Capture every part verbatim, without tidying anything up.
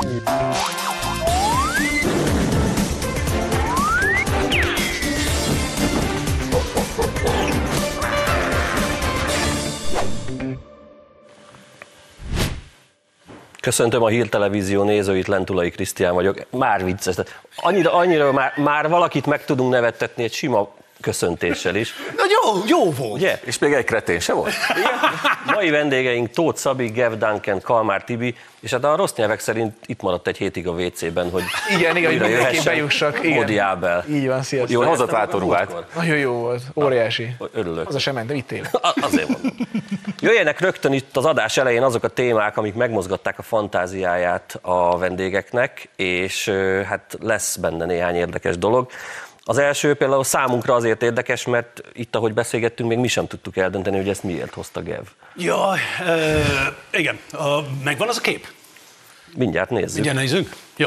Köszöntöm a Hírtelevízió nézőit, Lentulai Krisztián vagyok. Már vicces. Annyira, annyira már, már valakit meg tudunk nevettetni egy sima köszöntéssel is. Na jó, jó volt. Ugye? És még egy kretén se volt? Igen? Mai vendégeink Tóth Szabi, Gev Duncan, Kalmár Tibi, és hát a rossz nyelvek szerint itt maradt egy hétig a vé cé-ben, hogy igen, igen, hogy mindenki bejussak. Módi Ábel. Így van, sziasztok. Jól hozott váltóruhát. Nagyon jó volt, óriási. Örülök. Az a sem mentem, itt élek. Azért mondom. Jöjjenek rögtön itt az adás elején azok a témák, amik megmozgatták a fantáziáját a vendégeknek, és hát lesz benne néhány érdekes dolog. Az első például számunkra azért érdekes, mert itt, ahogy beszélgettünk, még mi sem tudtuk eldönteni, hogy ezt miért hozta Gev. Jaj, e, igen, a, megvan az a kép? Mindjárt nézzük. Mindjárt nézzük? Jó.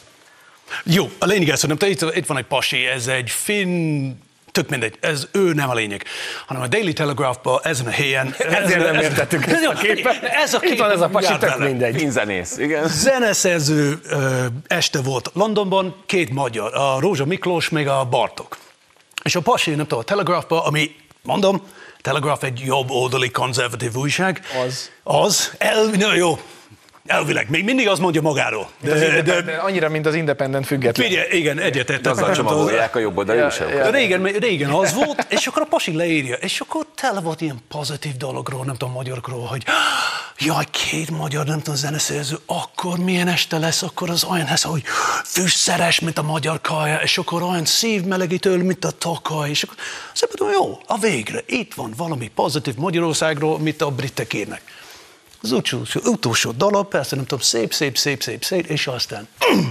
Jó, a lényeg ez, hogy nem, itt, itt van egy pasi, ez egy finn, tök mindegy, ez ő nem a lényeg, hanem a Daily Telegraph-ban ezen a helyen... Ezért nem értettük ezt a képet. Ez a kép, itt van ez a pasi, tök mindegy. Finzenész, igen. Zeneszerző este volt Londonban, két magyar, a Rózsa Miklós, meg a Bartók. És a pasi, nem tudom, a Telegraphban, ami, mondom, Telegraph egy jobb oldali konzervatív újság. Az. Az, el, na jó, elvileg, még mindig azt mondja magáról. De, de, de annyira, mint az Independent független. Figyelj, igen, egyetértek. Azzal csomagolják a jobb oldali újságokat. Régen, régen az volt, és akkor a pasi leírja, és akkor tele volt ilyen pozitív dologról, nem tudom, magyarokról, hogy jaj, két magyar, nem tudom, zeneszerző, akkor milyen este lesz, akkor az olyan lesz, hogy fűszeres, mint a magyar kaja, és akkor olyan szívmelegítő, mint a takaj, és akkor azt mondom, jó, a végre, itt van valami pozitív Magyarországról, mint a britek írnak. Az utolsó, utolsó dalab, persze nem tudom, szép, szép, szép, szép, szép, és aztán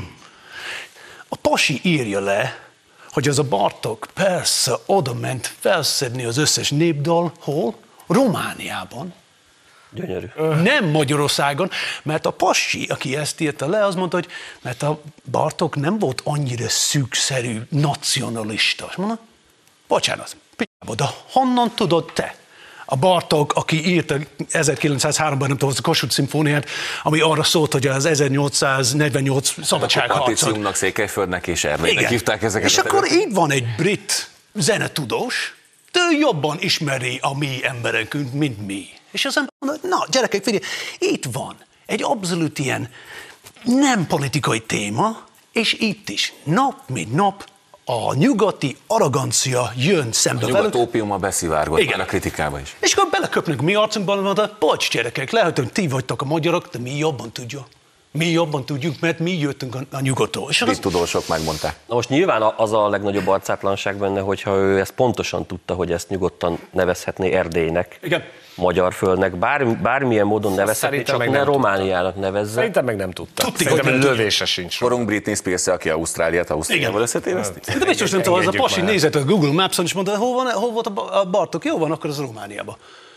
a pasi írja le, hogy az a Bartók persze oda ment felszedni az összes népdal, hol? Romániában. Gyönyörű. Nem Magyarországon, mert a pasi, aki ezt írta le, az mondta, hogy mert a Bartók nem volt annyira szűkszerű nacionalista. És mondom, bocsánat, p***ba, de honnan tudod te? A Bartók, aki írta ezerkilencszázháromban, nem tudom, az a Kossuth szimfóniát, ami arra szólt, hogy az ezernyolcszáznegyvennyolc szabadságharcot. Patíciumnak, Székelyföldnek és Erdélynek hívták ezeket. És akkor így van egy brit zenetudós, de ő jobban ismeri a mi emberekünk, mint mi. És az ember mondja, na gyerekek, figyelj, itt van egy abszolút ilyen nem politikai téma, és itt is nap mint nap a nyugati arrogancia jön szembe velük. A nyugat ópiuma beszivárgott már a kritikába is. És akkor beleköpnek mi arcunkban, mondta, bocs gyerekek, lehet, hogy ti vagytok a magyarok, de mi jobban tudjuk. Mi jobban tudjuk, mert mi jöttünk a, a nyugatról. És az... tudósok megmondták. Na most nyilván az a legnagyobb arcátlanság benne, hogyha ő ezt pontosan tudta, hogy ezt nyugodtan nevezhetné Erdélynek. Igen. Magyar földnek, bármi, bármilyen módon nevezhetné, csak ne Romániának nevezze. Szerintem meg nem tudta. Tudti, Szerintem lövése sincs. Korunk Britney Spears, aki Ausztráliát Ausztráliával összetéveszti. De biztos nem tudom, az a pasi nézett a Google Maps-on, és mondta, hol, van, hol volt a Bartók? Jó van, akkor az Romániában.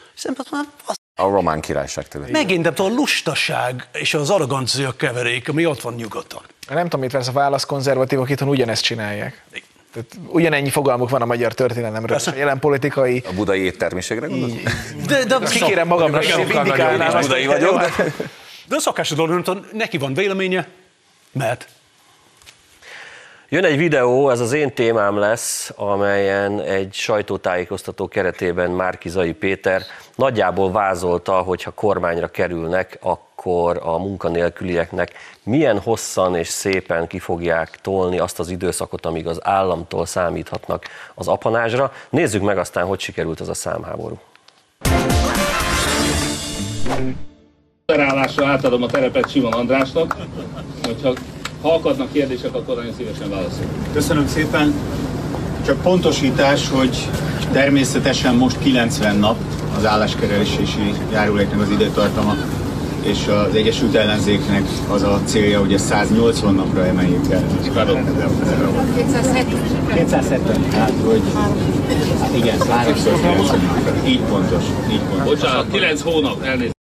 A román királyság terület. Megint a lustaság és az arrogancia keverék, ami ott van nyugaton. Nem tudom, mit vesz a válasz, konzervatívok itthon ugyanezt csinálják. Tehát ugyanennyi fogalmuk van a magyar történelemről, a jelen politikai... A budai éttermiségre gondolsz? De, de kikérem magamra, hogy vindikálnám azt, budai vagyok. De, de a szakásodról nem tudom, neki van véleménye, mert... Jön egy videó, ez az én témám lesz, amelyen egy sajtótájékoztató keretében Márki-Zay Péter nagyjából vázolta, hogy ha kormányra kerülnek, akkor a munkanélkülieknek milyen hosszan és szépen ki fogják tolni azt az időszakot, amíg az államtól számíthatnak az apanázsra. Nézzük meg aztán, hogy sikerült ez a számháború. Moderálásra átadom a terepet Simon Andrásnak, hogyha ha akadnak kérdések, akkor nagyon szívesen válaszolok. Köszönöm szépen. Csak pontosítás, hogy természetesen most kilencven nap az álláskeresési járuléknak az időtartama, és az Egyesült Ellenzéknek az a célja, hogy ezt száznyolcvan napra emeljük el. kétszázhetven. Hát, hogy hát igen, háromszor napra. Így pontos. Így pontos. Bocsánat, kilenc hónap, elnézést.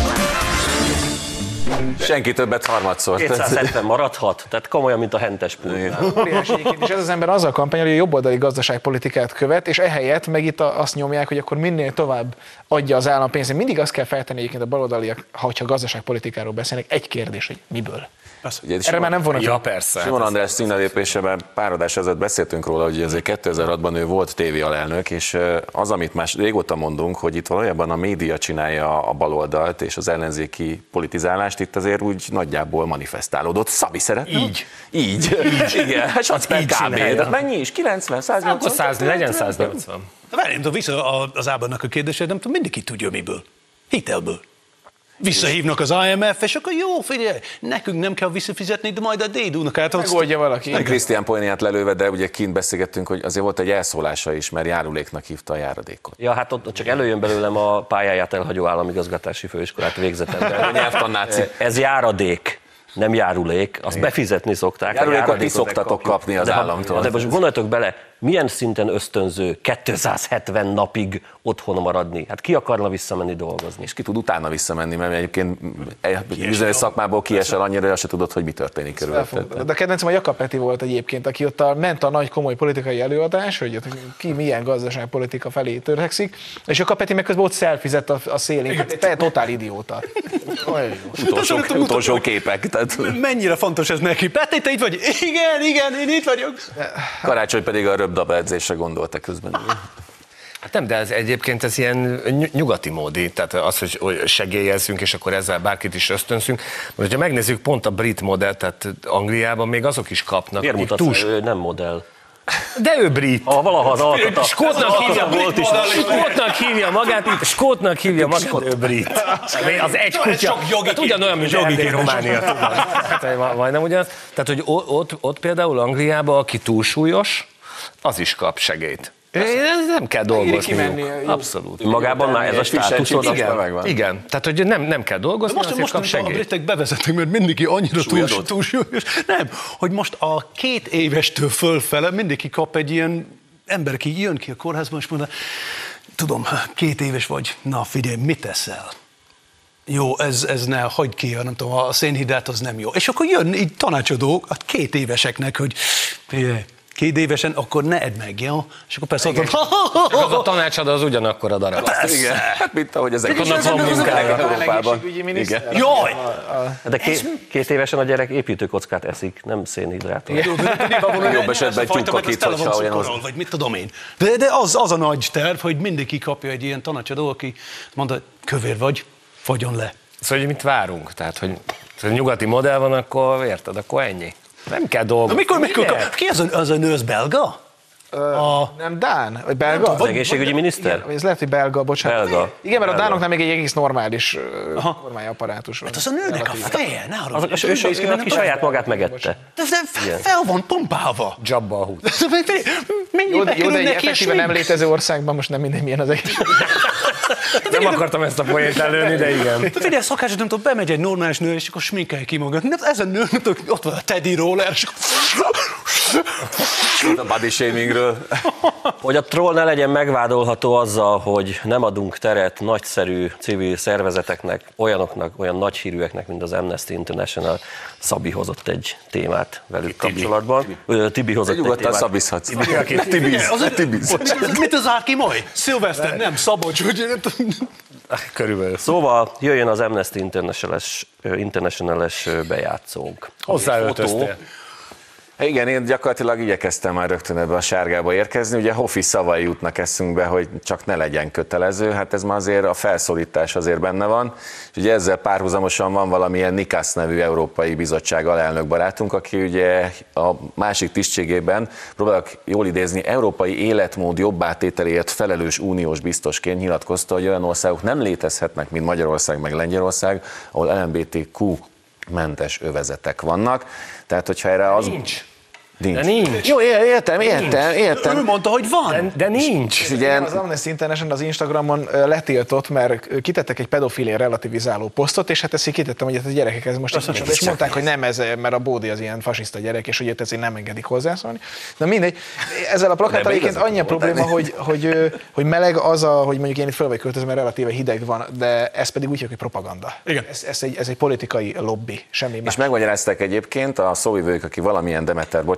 Senki többet harmadszor. kétszázhetven maradhat, tehát komolyan, mint a hentes pult. Óriási, és ez az ember azzal kampányol, hogy a jobboldali gazdaságpolitikát követ, és ehelyett meg itt azt nyomják, hogy akkor minél tovább adja az állam pénzt. Mindig azt kell feltenni egyébként a baloldaliak, ha gazdaságpolitikáról beszélnek, egy kérdés, hogy miből. Ugye, Erre már nem vonat. Ja, persze. Simon András színlelépésében pár adás ezelőtt beszéltünk róla, hogy azért kétezer-hatban ő volt tévéalelnök, és az, amit már régóta mondunk, hogy itt valójában a média csinálja a baloldalt és az ellenzéki politizálást, itt azért úgy nagyjából manifestálódott. Szabi szeretne? Így. Így. Így. Igen, hát satsz per így kb. csinálja. De mennyi is? kilencven, száznyolcvan? Akkor száz, legyen száznyolcvan. De várj, nem tudom, vissza az Ábának a kérdésed, nem tudom, mindenki tudja miből. Hitelből. Visszahívnak az I M F, és akkor jó, figyelj, nekünk nem kell visszafizetni, de majd a dédunokát. Megoldja valaki. Nem Krisztián poéniát lelőve, de ugye kint beszélgettünk, hogy azért volt egy elszólása is, mert járuléknak hívta a járadékot. Ja, hát ott csak előjön belőlem a pályáját elhagyó államigazgatási főiskolát végzett ember. A nyelvtannáci. Ez járadék, nem járulék, azt befizetni szokták. Járulékot ti szoktatok kapni az de, államtól. De most gondoljatok bele, milyen szinten ösztönző kétszázhetven napig otthon maradni? Hát ki akarna visszamenni dolgozni? És ki tud utána visszamenni, mert egyébként bizonyos szakmából kiesel annyira, hogy azt se tudod, hogy mi történik körülötted. De a kedvencem a Jakab Peti volt egyébként, aki ott a, ment a nagy komoly politikai előadás, hogy ki milyen gazdaságpolitika felé törekszik, és Jakab Peti meg közben ott szelfizett a, a szélén. Te totál idióta. Utolsó, utolsó képek. Tehát... Mennyire fontos ez neki? Peti, te itt vagy? Igen, igen, én itt vagyok. Karácsony pedig a röpdaba edzésre gondolta közben. Hát nem, de ez egyébként ez ilyen nyugati módi, tehát az, hogy segélyezzünk, és akkor ezzel bárkit is ösztönzünk. Mert ha megnézzük pont a brit modellt, tehát Angliában még azok is kapnak. Miért mutatsz, túls... ő nem modell? De ő brit. Ha valaha az alkata. Skótnak hívja, Skótnak hívja magát, itt Skótnak hívja magát, ő brit. Az egy kutya. Hát ugyanolyan, mint Erdély, Románia. Hát majdnem ugyanaz. Tehát, hogy ott, ott például Angliában, aki túlsúlyos, az is kap segélyt. Ez nem kell dolgozni. Abszolút. Magában már ez a státuszod. Igen, igen. Tehát, hogy nem, nem kell dolgozni, most, azért most kap nem segélyt. a britek bevezetnek, mert mindenki annyira túl, túlsúlyos. Nem, hogy most a két évestől fölfele mindenki kap egy ilyen ember, aki jön ki a kórházban, és mondja, tudom, két éves vagy, na figyelj, mit teszel? Jó, ez, ez ne, hagyd ki, nem tudom, a szénhidrát az nem jó. És akkor jön így tanácsadók a két éveseknek, hogy figyelj, két évesen, akkor ne edd meg, jó? És akkor persze ott az a tanácsadó az ugyanakkor a darab. Igen. Hát mint ahogy ezek Annak van munkája Európában. Igen. Jaj! De két, két évesen a gyerek építőkockát eszik, nem szénhidrátot. Jobb esetben egy tyúkkakit, hogyha olyan az... Vagy mit tudom én. De, de az, az a nagy terv, hogy mindenki kapja egy ilyen tanácsadó, aki mondja, kövér vagy, fagyjon le. Szóval, hogy mit várunk? Tehát, hogy nyugati modell van, akkor érted, akkor ennyi. Nem kell dolgozni. Mikor, mikor, ki az a, az a nő, az belga? A... Nem Dán? Vagy belga? Az egészségügyi miniszter? Igen, ez lehet, hogy belga, bocsánat. Belga. Igen, mert belga. a dánoknál még egy egész normális kormányapparátus van. Hát az a nőnek a feje, ne arra. Az, ő, ő, ő, aki saját magát megette. De fel, fel van pumpálva. Jabba a hút. Mennyibe Jó, de egy neki a effektíven nem létező országban most nem minden milyen az egész. Nem akartam ezt a poént előni, de igen. De figyelj, szakás, nem tudom, bemegy egy normális nő, és akkor sminkelj ki magad. Ez a nő, nem tudom, ott van a Teddy Roller, és A body shamingről. Hogy a troll ne legyen megvádolható azzal, hogy nem adunk teret nagyszerű civil szervezeteknek, olyanoknak, olyan nagy hírűeknek, mint az Amnesty International. Szabi hozott egy témát velük kapcsolatban. Tibi hozott egy Nyugodtan témát. szabizhatsz. Tibiz. mit az árki majd? Szilveszter, nem, Szabolcs, hogy nem tudom. Körülbelül. Szóval jöjjön az Amnesty International-es, International-es bejátszónk. Hozzáöltöztél. Igen, én gyakorlatilag igyekeztem már rögtön ebbe a sárgába érkezni. Ugye Hofi szavai jutnak eszünkbe, hogy csak ne legyen kötelező. Hát ez már azért a felszólítás azért benne van. És ugye ezzel párhuzamosan van valamilyen Nikász nevű Európai Bizottság alelnök barátunk, aki ugye a másik tisztségében, próbálok jól idézni, európai életmód jobbátételéért felelős uniós biztosként nyilatkozta, hogy olyan országok nem létezhetnek, mint Magyarország meg Lengyelország, ahol el em bé té kú mentes övezetek vannak. Tehát, hogyha erre az... Nincs. Nincs. De nincs. Jó, értem, értem, értem. Ő mondta, hogy van. De, de nincs. Ugye, Az Amnesty International az Instagramon letiltott, mert kitettek egy pedofilén relativizáló posztot, és hát ezt így kitettem, hogy a gyerekek ez most így, és mondták, hogy nem ez, mert a Bódi az ilyen fasiszta gyerek, és hogy ezt nem engedik hozzászólni. Na mindegy, ezzel a plakáttal egyébként annyi a probléma, hogy, hogy, hogy meleg az, a, hogy mondjuk én itt föl vagy költözöm, mert relatíve hideg van, de ez pedig úgy, hogy propaganda. Igen. Ez, ez, egy, ez egy politikai lobby, semmi más. és megmagyarázták egyébként a szóvivők, aki valamilyen Demeter, bocsánat,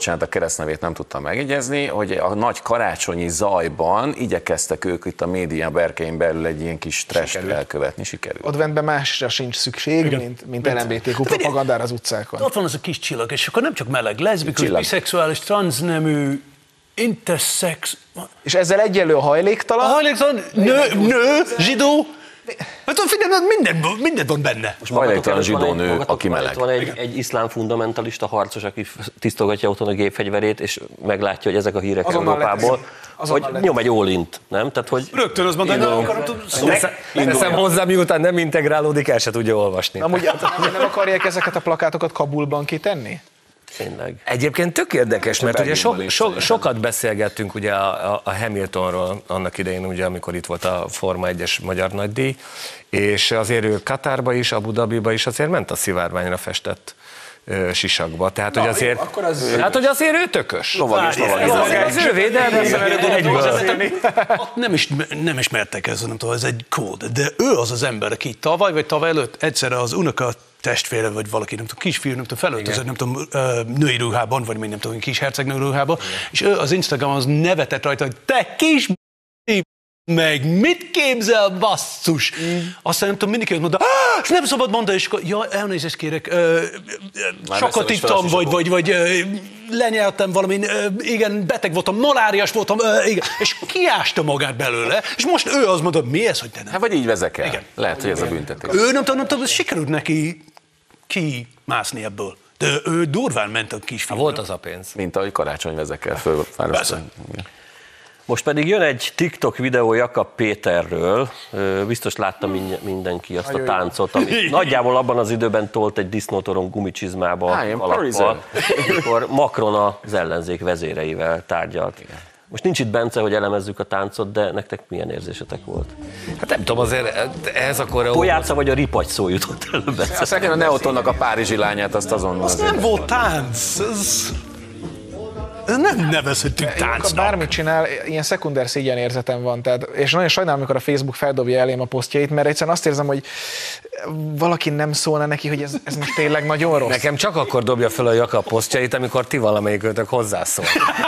bocsánat, a keresztnevét nem tudtam megjegyezni, hogy a nagy karácsonyi zajban igyekeztek ők itt a média berkein belül egy ilyen kis trest elkövetni, sikerült. Adventben másra sincs szükség, mint, mint el em bé té kú propagandára az utcákon. Ott van az a kis csillag, és akkor nem csak meleg, leszbikus, biszexuális, transznemű, intersex... És ezzel egyenlő a hajléktalan? A hajléktalan, nő, nő, zsidó, hát figyelj, minden, minden van benne. Most hajléktalan zsidó nő, aki meleg. Van egy, egy iszlám fundamentalista harcos, aki tisztogatja otthon a gépfegyverét, és meglátja, hogy ezek a hírek azonnal Európából, hogy nyom egy all-int, nem? Tehát, hogy rögtön azt mondani, hogy nem akarom szólni. Teszem hozzá, miután nem integrálódik, el se tudja olvasni. Amúgy nem, nem akarják ezeket a plakátokat Kabulban kitenni? Tényleg. Egyébként tök érdekes, mert ugye so, so, sokat beszélgettünk ugye a, a, a Hamiltonról annak idején, ugye, amikor itt volt a Forma egyes magyar nagydíj, és azért ő Katárba is, Abu Dhabiba is azért ment a szivárványra festett ö, sisakba. Tehát, hogy azért, jó, az... hát, hogy azért ő tökös. Lovag és lovag. Az, az ő védelme nem, is, nem ismertek ez, nem tudom, ez egy kód, de ő az az ember, aki tavaly vagy tavaly előtt egyszerre az unoka testvére, vagy valaki, nem tudom, kisfiú, nem tudom, felöltözött, nem tudom, női ruhában, vagy még nem tudom, kis hercegnő ruhában, és ő az Instagram az nevetett rajta, hogy te kis meg mit képzel, basszus? Mm. Aztán nem tudom, mindig mondta, és nem szabad mondani, és akkor, ja, elnézést kérek, ö, sokat ittam, vagy, vagy, vagy ö, lenyeltem valami, ö, igen, beteg voltam, maláriás voltam, ö, igen, és kiásta magát belőle, és most ő az mondta, mi ez, hogy te nem? Hát vagy így vezekel. Igen. Lehet, hogy ez a büntetés. Ő nem tudom, nem tudom, sikerült neki kimászni ebből. De ő durván ment a kisfiú. Volt az a pénz. Mint ahogy Karácsony vezekel föl. Most pedig jön egy TikTok videó Jakab Péterről, biztos látta mindenki azt a táncot, ami nagyjából abban az időben tolt egy disznótoron gumicsizmába alappal, amikor Macron az ellenzék vezéreivel tárgyalt. Most nincs itt Bence, hogy elemezzük a táncot, de nektek milyen érzésetek volt? Hát nem tudom, azért ez akkor... A Pojáca vagy a ripagy szó jutott elő, Bence? Azt a Neotonnak a párizsi lányát, azt azonnal... Az nem volt tánc, ez... Nem nevezhetünk táncnak. Bármit csinál, ilyen szekunder szégyenérzetem van, tehát, és nagyon sajnálom, amikor a Facebook feldobja elém a posztjait, mert egyszerűen azt érzem, hogy valaki nem szólna neki, hogy ez, ez most tényleg nagyon rossz. Nekem csak akkor dobja fel a Jakab posztjait, amikor ti valamelyikőtök hozzászól.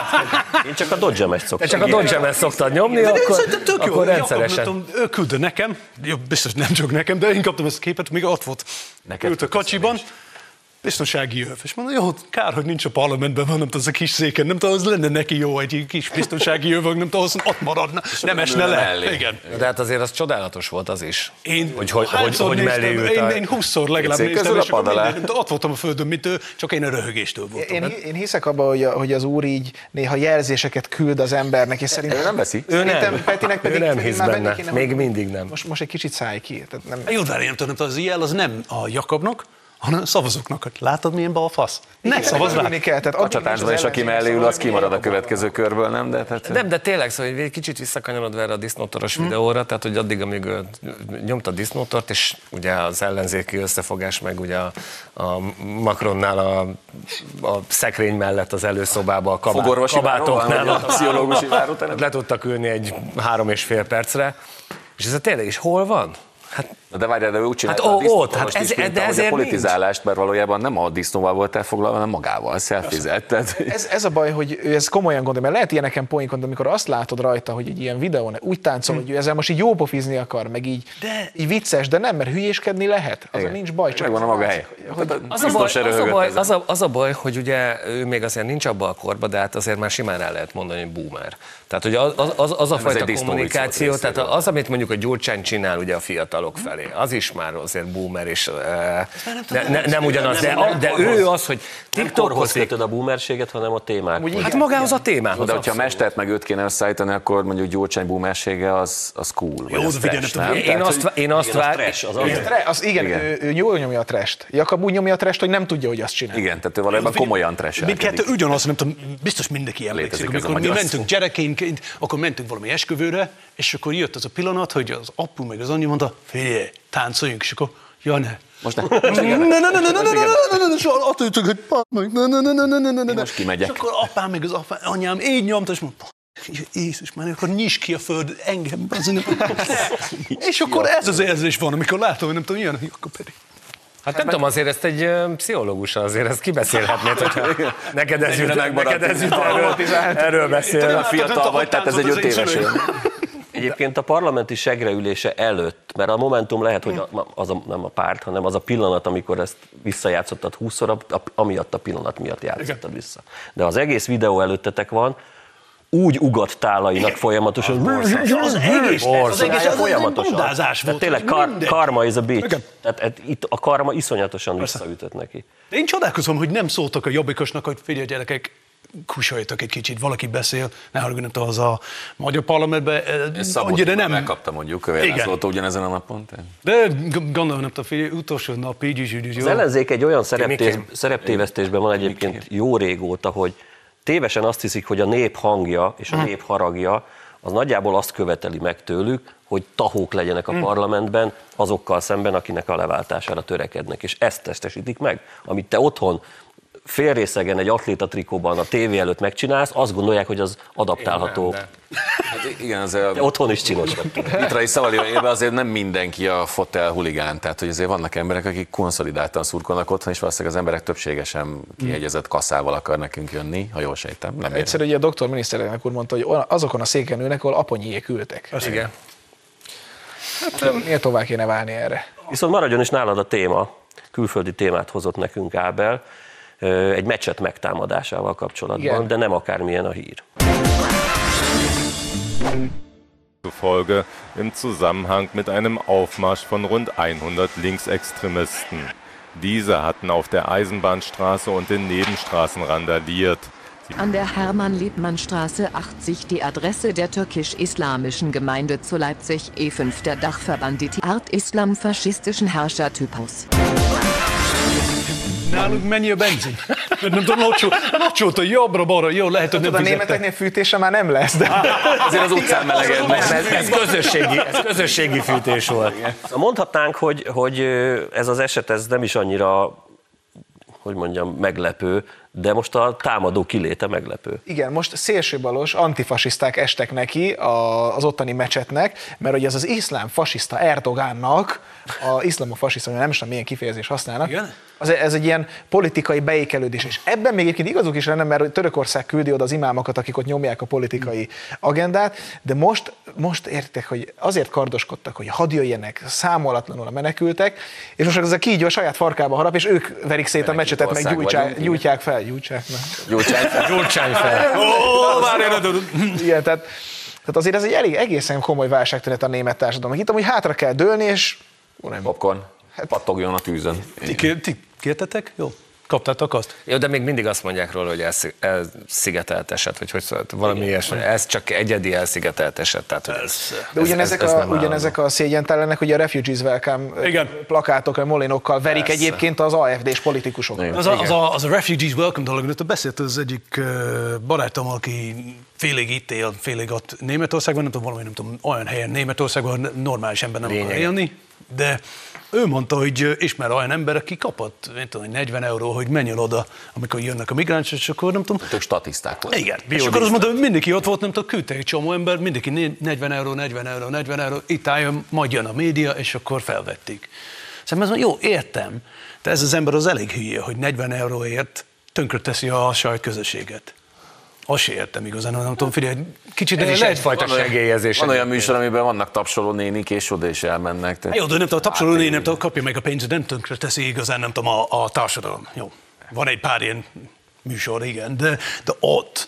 Én csak a Dodge-emet szoktam. Csak a Dodge-emet szoktad nyomni, de akkor, akkor rendszeresen. Jakab, ő küldte nekem, jó, biztos nem csak nekem, de én kaptam ezt a képet, még ott volt. Neked ült a kocsiban. Biztonsági jöv. És mondom, jó, kár, hogy nincs a parlamentben, van, nem tudom, az a kis széken, nem tudom, az lenne neki jó egy kis biztonsági jövök, nem tudom, az ott maradna, nem esne le. Igen. De hát azért az csodálatos volt az is. Én hogy, hogy, hogy, hogy mellé ült én, én húszszor legalább néztem, és minden, ott voltam a földön, mint ő, csak én a röhögéstől voltam. Én, én hiszek abban, hogy, hogy az úr így néha jelzéseket küld az embernek, és szerintem... Ő nem veszi? Ő nem. Petinek pedig, ő nem hisz benne. Kéne, még mindig nem. Most, most egy kicsit szállj ki. Tehát nem... Jó, de én tudom, az jel az nem a Jakabnak, hanem a szavazóknak. Látod, milyen balfasz? Ne szavazz rá! A csatásban is, aki mellé ül, az kimarad a következő körből, nem? De, tehát... nem, de tényleg, szóval egy kicsit visszakanyarodva erre a disznótoros hmm. videóra, tehát hogy addig, amíg nyomta a disznótort, és ugye az ellenzéki összefogás, meg ugye a, a Macronnál a, a szekrény mellett az előszobába, a kabát, kabátoknál, a pszichológusi váróterem. Le tudtak ülni egy három és fél percre, és ez a tényleg is hol van? Hát, de várjál, de ő úgy csinálta hát, a disznótoros hát ez, is, mint de a politizálást, mert valójában nem a disznóval volt elfoglalva, hanem magával, szelfizett. Ez, ez a baj, hogy ő ez komolyan gondolja, mert lehet ilyeneken poénkon, de amikor azt látod rajta, hogy egy ilyen videón úgy táncol, hmm. hogy ő ezzel most így jópofizni akar, meg így, de... így vicces, de nem, mert hülyéskedni lehet. Azon nincs baj. Csak megvan a maga hely. Hogy... Az, a baj, az, a baj, az, a, az a baj, hogy ugye ő még azért nincs abban a korban, de hát azért már simán el lehet mondani, hogy boomer. Tehát, hogy az, az, az a nem fajta kommunikáció, tehát az, amit mondjuk a Gyurcsány csinál ugye a fiatalok felé, az is már azért boomer, és ne, ne, nem ugyanaz, de, a, de ő az, hogy TikTokhoz kötöd a boomerséget, hanem a témákhoz. Hát magához a témához. De hogyha a mestert meg őt kéne összeállítani, akkor mondjuk Gyurcsány boomersége az, az cool. Jó, az trash, nem? Én azt, én azt várom. Az igen, ő, ő jól nyomja a trest. Jakab úgy nyomja a trest, hogy nem tudja, hogy azt csinál. Igen, tehát ő valójában komolyan trash-elkedik. Mindkettő ugyanaz, nem tudom, biztos mindenki emlékszik. Amikor mi mentünk gyerekként, akkor mentünk valami esküvőre, és akkor jött az a pillanat, hogy az apu meg az anyja mondta, figyelj, táncoljunk, és akkor, ja ne. Most ne. Ne, ne, ne, ne, ne, ne, ne, ne, ne, ne, és attól csak, hogy meg, ne, ne, ne, ne, ne, ne, ne. Most kimegyek. És akkor apám meg az apám, anyám így nyomta, és mondta, Jézus már, akkor nyisd ki a föld engem. És akkor ez az érzés van, amikor látom, hogy nem tudom, ilyen, akkor pedig. Hát nem tudom, azért ezt egy uh, pszichológus azért ezt kibeszélhetnéd, hogyha neked ez jut, neked ez jut erről, erről beszél. A fiatal vagy, tehát ez egy öt éves. Egyébként a parlamenti segreülése előtt, mert a Momentum lehet, hogy az a, nem a párt, hanem az a pillanat, amikor ezt visszajátszottad húszszor, amiatt a pillanat miatt játszottad vissza. De az egész videó előttetek van, úgy ugat tálainak folyamatosan. Az egész, az egész folyamatosan. mondázás volt. Tényleg kar, karma is a bitch. Tehát itt a karma iszonyatosan visszaütött neki. De én csodálkozom, hogy nem szóltak a jobbikosnak, hogy figyelj gyerekek, kusoljatok egy kicsit, valaki beszél, ne haragudjatok, az a magyar parlamentben annyira nem... Megkapta mondjuk, válaszolta ugyanezen a napon. De gondolom, nem tudom, figyelj, utolsó nap így is, így is. Az ellenzék egy olyan szereptév, szereptévesztésben van egyébként jó régóta, hogy tévesen azt hiszik, hogy a nép hangja és a nép haragja az nagyjából azt követeli meg tőlük, hogy tahók legyenek a parlamentben azokkal szemben, akinek a leváltására törekednek. És ezt testesítik meg, amit te otthon félrészegen egy atléta trikóban a tévé előtt megcsinálsz, azt gondolják, hogy az adaptálható. Hát igen, azért otthon is csinos. Vitrai Szavaliaiében azért nem mindenki a fotel huligán, tehát hogy azért vannak emberek, akik konszolidáltan szurkolnak otthon, és valószínűleg az emberek többsége sem kiegyezett kasszával akar nekünk jönni, ha jól sejtem. Nem Egyszerűen ugye a doktor miniszterelnök úr mondta, hogy azokon a széken ülnek, ahol aponyék ültek. Az igen. Hát miért tovább kéne válni erre? Viszont maradjon is nálad a téma, külföldi témát hozott nekünk Ábel, egy meccset megtámadásával kapcsolatban, igen. De nem akármilyen a hír. Zufolge im Zusammenhang mit einem Aufmarsch von rund hundert Linksextremisten. Diese hatten auf der Eisenbahnstraße und den Nebenstraßen randaliert. An der Hermann-Liebmann-Straße achtzig die Adresse der türkisch-islamischen Gemeinde zu Leipzig, E fünf der Dachverband die Art Islam-faschistischen Herrschertypus. Nálunk mennyi a benzin? Nem tudom, locsolta jobbra-balra, jó, lehet, hogy nem a németeknél fűtése már nem lesz, de azért az utcán melegednek. Ez, ez, közösségi, ez közösségi fűtés volt. Mondhatnánk, hogy, hogy ez az eset ez nem is annyira, hogy mondjam, meglepő, de most a támadó kiléte meglepő. Igen, most szélsőbalos antifasiszták estek neki az ottani mecsetnek, mert hogy ez az iszlám fasiszta Erdogánnak, a iszlamofasiszta, nem is tudom milyen kifejezést használnak, igen? Az, ez egy ilyen politikai beékelődés, és ebben még egyébként igazuk is lenne, mert Törökország küldi oda az imámokat, akik ott nyomják a politikai agendát, de most, most értek, hogy azért kardoskodtak, hogy hadd jöjjenek számolatlanul a menekültek, és most ezzel kígyó a saját farkába harap, és ők verik szét a mecsetet, meg gyújtsák, gyújtják fel. Gyújtsák, Gyújtsák fel. Gyújtsák fel. Igen, tehát, tehát azért ez egy elég egészen komoly válságtűnet a német társadalomnak. Itt amúgy hátra kell dőlni, és... Popcorn. Hát, pattogjon a tűzön. Ti, ti kértetek? Jó. Kaptátok azt? Jó, de még mindig azt mondják róla, hogy elszigetelt eset, vagy hogy szólt, valami ilyesmi. Ez csak egyedi elszigetelt eset. Tehát, hogy ez, de ugyanezek, ez, ez a, ugyanezek a szégyentellenek, ugye a Refugees Welcome igen. plakátok, molinokkal verik persze. Egyébként az á ef dés politikusok. Az a, az, a, az a Refugees Welcome dolog, mert beszélt az egyik barátom, aki félig itt él, félig ott Németországban, nem tudom, valami nem tudom, olyan helyen Németországban normális ember nem akar élni, de ő mondta, hogy ismer olyan ember, aki kapott, nem tudom, negyven euró, hogy menjen oda, amikor jönnek a migránsok, és akkor nem tudom. Tök statiszták volt. Igen. És akkor azt mondta, hogy mindenki ott volt, nem tudom, küldte egy csomó ember, mindenki negyven euró, negyven euró, negyven euró, itt álljon, majd jön a média, és akkor felvették. Szerintem ez mondja, jó, értem, de ez az ember az elég hülye, hogy negyven euróért tönkreteszi a saját közösséget. Azt se értem igazán, nem tudom, figyelj, kicsit ez is egyfajta segélyezés. Van olyan műsor, amiben vannak tapsoló nénik, és oda is elmennek. Tehát... Jó, de nem tudom, a tapsoló néni, nem tudom, kapja meg a pénzt, nem tönkre teszi igazán, nem tudom, a, a társadalom. Jó, van egy pár ilyen műsor, igen, de, de ott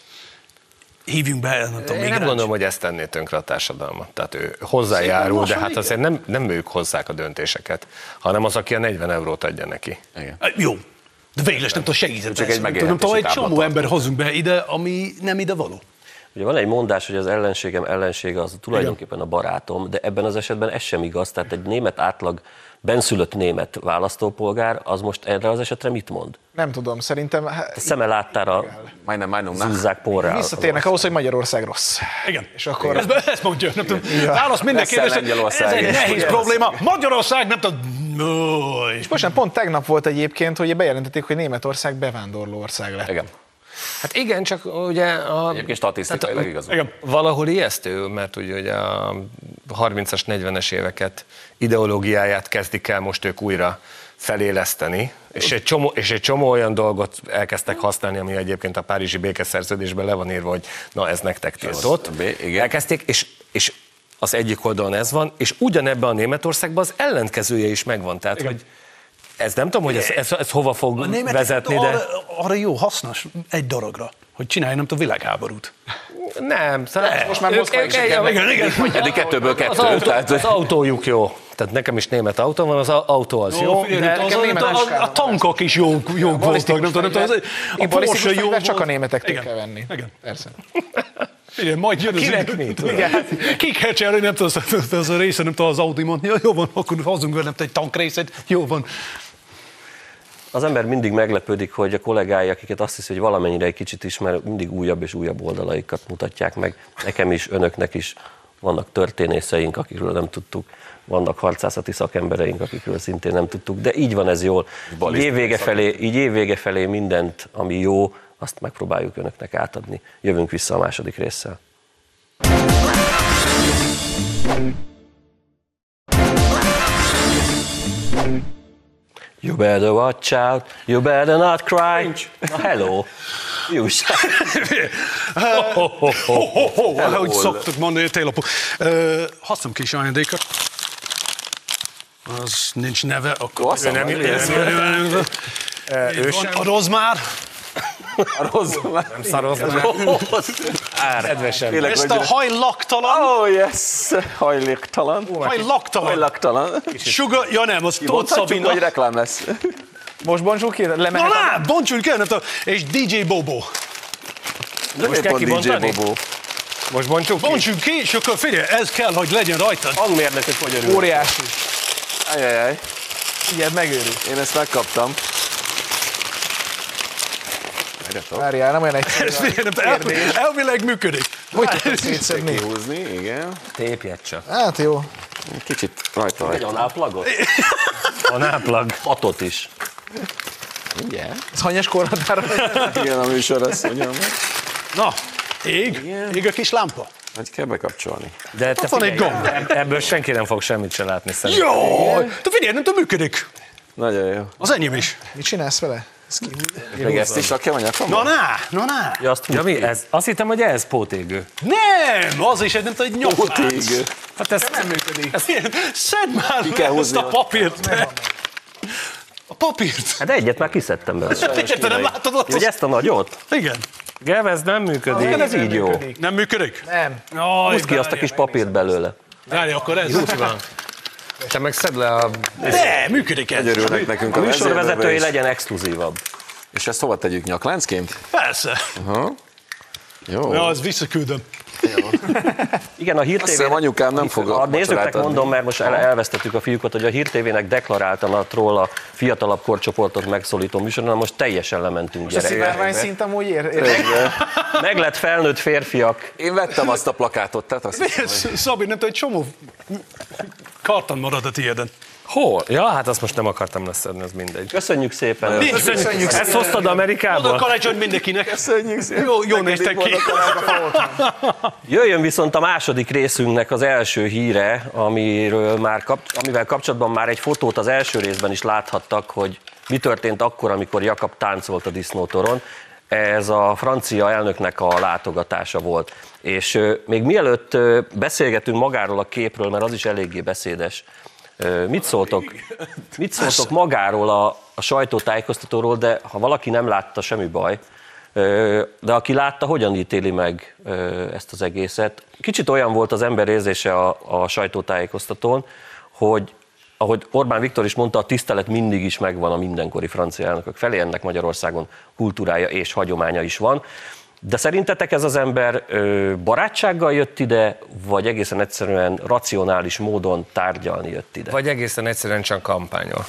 hívjunk be, nem tudom, Én migráns. nem gondolom, hogy ezt tenné tönkre a társadalmat. Tehát ő hozzájárul, de hát azért nem, nem ők hozzák a döntéseket, hanem az, aki a negyven eurót adja neki. Igen. Jó. De végül is nem tudom segíteni. Csak egy megélhetési nem tudom, egy csomó táblatot. ember hozunk be ide, ami nem ide való. Ugye van egy mondás, hogy az ellenségem ellensége az tulajdonképpen a barátom, de ebben az esetben ez sem igaz. Tehát egy német átlag benszülött német választópolgár, az most erre az esetre mit mond? Nem tudom, szerintem... A szeme láttára majdnem, majdnem, zúzzák porrá. Visszatérnek ahhoz, hogy Magyarország rossz. Igen. És akkor... Ez, ezt mondja, nem tudom. Válasz minden kérdésre, ez egy nehéz probléma. Magyarország, nem tudom... És most pont tegnap volt egyébként, hogy bejelentették, hogy Németország bevándorló ország lett. Igen. Hát igen, csak ugye a... Egyébként statisztikailag igaz. Valahol ijesztő, mert ugye hogy a harmincas, negyvenes éveket ideológiáját kezdik el most ők újra feléleszteni, és egy, csomó, és egy csomó olyan dolgot elkezdtek használni, ami egyébként a párizsi békeszerződésben le van írva, hogy na ez nektek tiltott. Elkezdték, és, és az egyik oldalon ez van, és ugyanebben a Németországban az ellenkezője is megvan. Tehát, igen. hogy ez nem tudom, hogy ez, ez, ez hova fog vezetni, de... Arra, arra jó, hasznos egy dologra, hogy csinálj nem a világháborút. Nem, szóval most már Moszkva is kell. Igen, igen. Eddig kettőből kettő. Az, autó, tehát, az autójuk jó. Tehát nekem is német autó van, az autó az jó. jó de az, az, a, a tankok is jók, jók voltak. Nem tudom, az, a Porsche jó volt. Csak a németektől kell venni. Igen. Persze. Igen, majd jön kinek az mit? Ki kell csinálni, nem tudom, az a része, nem tudom, az Audi mondani, jó van, akkor hozzunk velem egy tankrészet, jó van. Az ember mindig meglepődik, hogy a kollégái, akiket azt hiszi, hogy valamennyire egy kicsit ismer, mindig újabb és újabb oldalaikat mutatják meg. Nekem is, önöknek is vannak történészeink, akikről nem tudtuk, vannak harcászati szakembereink, akikről szintén nem tudtuk, de így van ez jól. Így évvége felé, így évvége felé mindent, ami jó, azt megpróbáljuk önöknek átadni. Jövünk vissza a második résszel. You better watch out, you better not cry. Na, hello! Jó újság! Ahogy szoktuk mondani, télapó. Hoztam kis ajándékot. Az nincs neve, akkor nem jön. A rozmár. A rozmár. Nem szarozmár. Kedvesen. Ezt a hajlaktalan. Oh yes, hajléktalan. Hajlaktalan. Hajlaktalan. Sugar, ja nem, az Tóth Szabina. Hogy reklám lesz. Most bontsuk ki? Na nem, bontsuk el, és dé dzsé Bobo. De most kell kibontani? Most bontsuk ki? Bontsuk ki, és akkor figyelj, ez kell, hogy legyen rajtad. Hangmérnökök hogy örül. Óriási. Ajajaj. Igen, megőrül. Én ezt megkaptam. Várjál, nem olyan egyszerű. Ez figyelj, elvileg működik. Hogy tudod szétszedni? Kihúzni, igen. Tépjed csak. Hát jó. Kicsit rajta vagy. Egy anáplagot? A náplag. Hatot is. Igen. Ez hanyas korhatára? Igen, a műsor, azt mondjam. Na, ég, ég a kis lámpa. Hogy kell bekapcsolni. De te van egy gomb. Ebből senki nem fog semmit se látni szerintem. Jó! Te figyelj, nem tudom, működik. Nagyon jó. Az enyém is. Mit csinálsz vele? Még ezt is rakjam a nyakamban? Na ná, na ná. Ja, azt Ja, mi ez? Azt hittem, hogy ez pótégő. Nem, az is egy, nem tudom, egy nyomlác. Pótégő. Hát ez nem működik. Szedd már kell le ezt a húzni papírt. A papírt. Hát egyet már kiszedtem belőle. Te nem látod ott? Hogy ezt a nagyot? Igen. Gev, ez nem működik. Igen, ez így jó. Nem működik? Nem. Húzd ki azt a kis papírt belőle. Várj, akkor ez. Úgy van. Te meg szedd le a... De, működik ez. Hogy örülnek nekünk A a műsorvezetői vezérlőbe is. legyen exkluzívabb. És ezt hova tegyük, nyakláncként? Persze. Aha. Jó. Ja, az visszaküldöm. Igen, a Hír Azt hiszem, té vé... anyukám nem fog a A nézőknek vacsorát adni. mondom, mert most el, elvesztettük a fiúkat, hogy a Hír té vének deklaráltan a troll a fiatalabb korcsoportot megszólító műsoron, most teljesen lementünk És a szivárvány gyerekek. szint amúgy ér, ér. Meg lett felnőtt férfiak. Én vettem azt a plakátot, tehát azt hiszem, hogy... Szabi, nem tudom, egy csomó karton marad a tiéden. Hol? Ja, hát azt most nem akartam leszedni, ez mindegy. Köszönjük szépen. Köszönjük. Ezt hoztad Oda Amerikából? karácsony mindenkinek. Köszönjük szépen. Jó, jó néztek ki. Jöjjön viszont a második részünknek az első híre, amiről már kap, amivel kapcsolatban már egy fotót az első részben is láthattak, hogy mi történt akkor, amikor Jakab táncolt a disznótoron. Ez a francia elnöknek a látogatása volt. És euh, még mielőtt euh, beszélgetünk magáról a képről, mert az is eléggé beszédes, euh, mit szóltok, mit szóltok magáról a, a sajtótájékoztatóról, de ha valaki nem látta, semmi baj. De aki látta, hogyan ítéli meg ezt az egészet? Kicsit olyan volt az ember érzése a, a sajtótájékoztatón, hogy ahogy Orbán Viktor is mondta, a tisztelet mindig is megvan a mindenkori francia elnökök felé, ennek Magyarországon kultúrája és hagyománya is van. De szerintetek ez az ember barátsággal jött ide, vagy egészen egyszerűen racionális módon tárgyalni jött ide? Vagy egészen egyszerűen csak kampányol.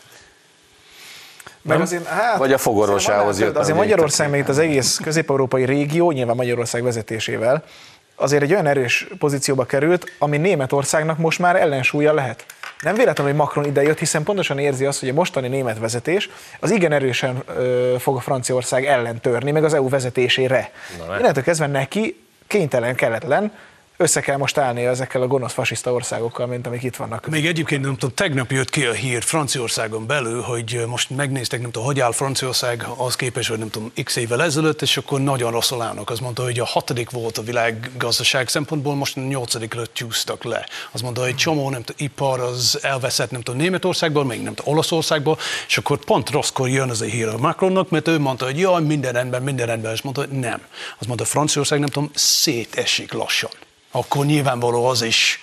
Meg azért, hát, Vagy a fogorvosához jött. Azért Magyarország, még itt az egész közép-európai régió, nyilván Magyarország vezetésével, azért egy olyan erős pozícióba került, ami Németországnak most már ellensúlya lehet. Nem véletlenül, hogy Macron ide jött, hiszen pontosan érzi azt, hogy a mostani német vezetés az igen erősen ö, fog a Franciaország ellen törni, meg az é u vezetésére. Innentől kezdve neki kénytelen, kelletlen össze kell most állni ezekkel a gonosz fasiszta országokkal, mint amik itt vannak. Még egyébként nem tudom, tegnap jött ki a hír Franciaországon belül, hogy most megnézték, nem tudom, hogy áll Franciaország az képest, hogy nem tudom, x évvel ezelőtt, és akkor nagyon rosszul állnak. Az mondta, hogy a hatodik volt a világgazdaság szempontból, most a nyolcadikra csúsztak le. Az mondta, hogy csomó, nem tudom, ipar az elveszett, nem tudom, Németországból, még nem tudom, Olaszországból, és akkor pont rosszkor jön az a hír a Macronnak, mert ő mondta, hogy jaj, minden rendben, minden rendben, és mondta, hogy nem. Az mondta, Franciaország, nem tudom, szétesik lassan. Akkor nyilvánvaló az is